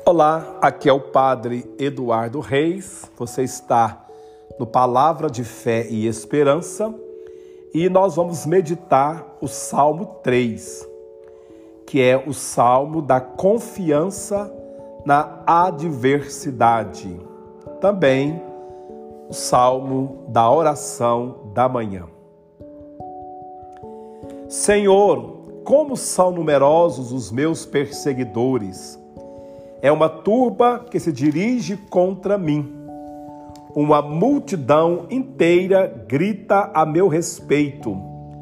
Olá, aqui é o Padre Eduardo Reis, você está no Palavra de Fé e Esperança e nós vamos meditar o Salmo 3, que é o Salmo da confiança na adversidade. Também o Salmo da oração da manhã. Senhor, como são numerosos os meus perseguidores! É uma turba que se dirige contra mim. Uma multidão inteira grita a meu respeito.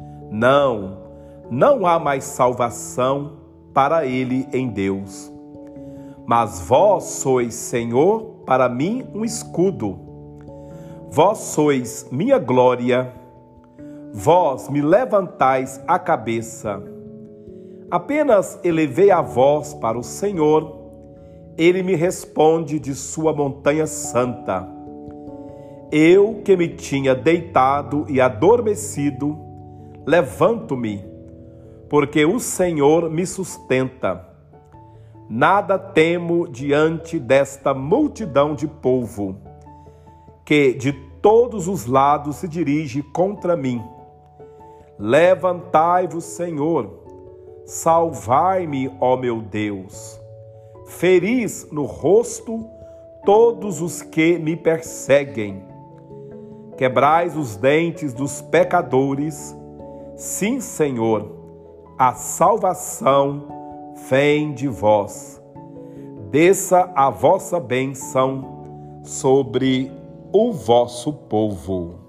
Não há mais salvação para ele em Deus. Mas vós sois, Senhor, para mim um escudo. Vós sois minha glória. Vós me levantais a cabeça. Apenas elevei a voz para o Senhor. Ele me responde de sua montanha santa. Eu que me tinha deitado e adormecido, levanto-me, porque o Senhor me sustenta. Nada temo diante desta multidão de povo, que de todos os lados se dirige contra mim. Levantai-vos, Senhor, salvai-me, ó meu Deus. Feris no rosto todos os que me perseguem. Quebrais os dentes dos pecadores. Sim, Senhor, a salvação vem de vós. Desça a vossa bênção sobre o vosso povo.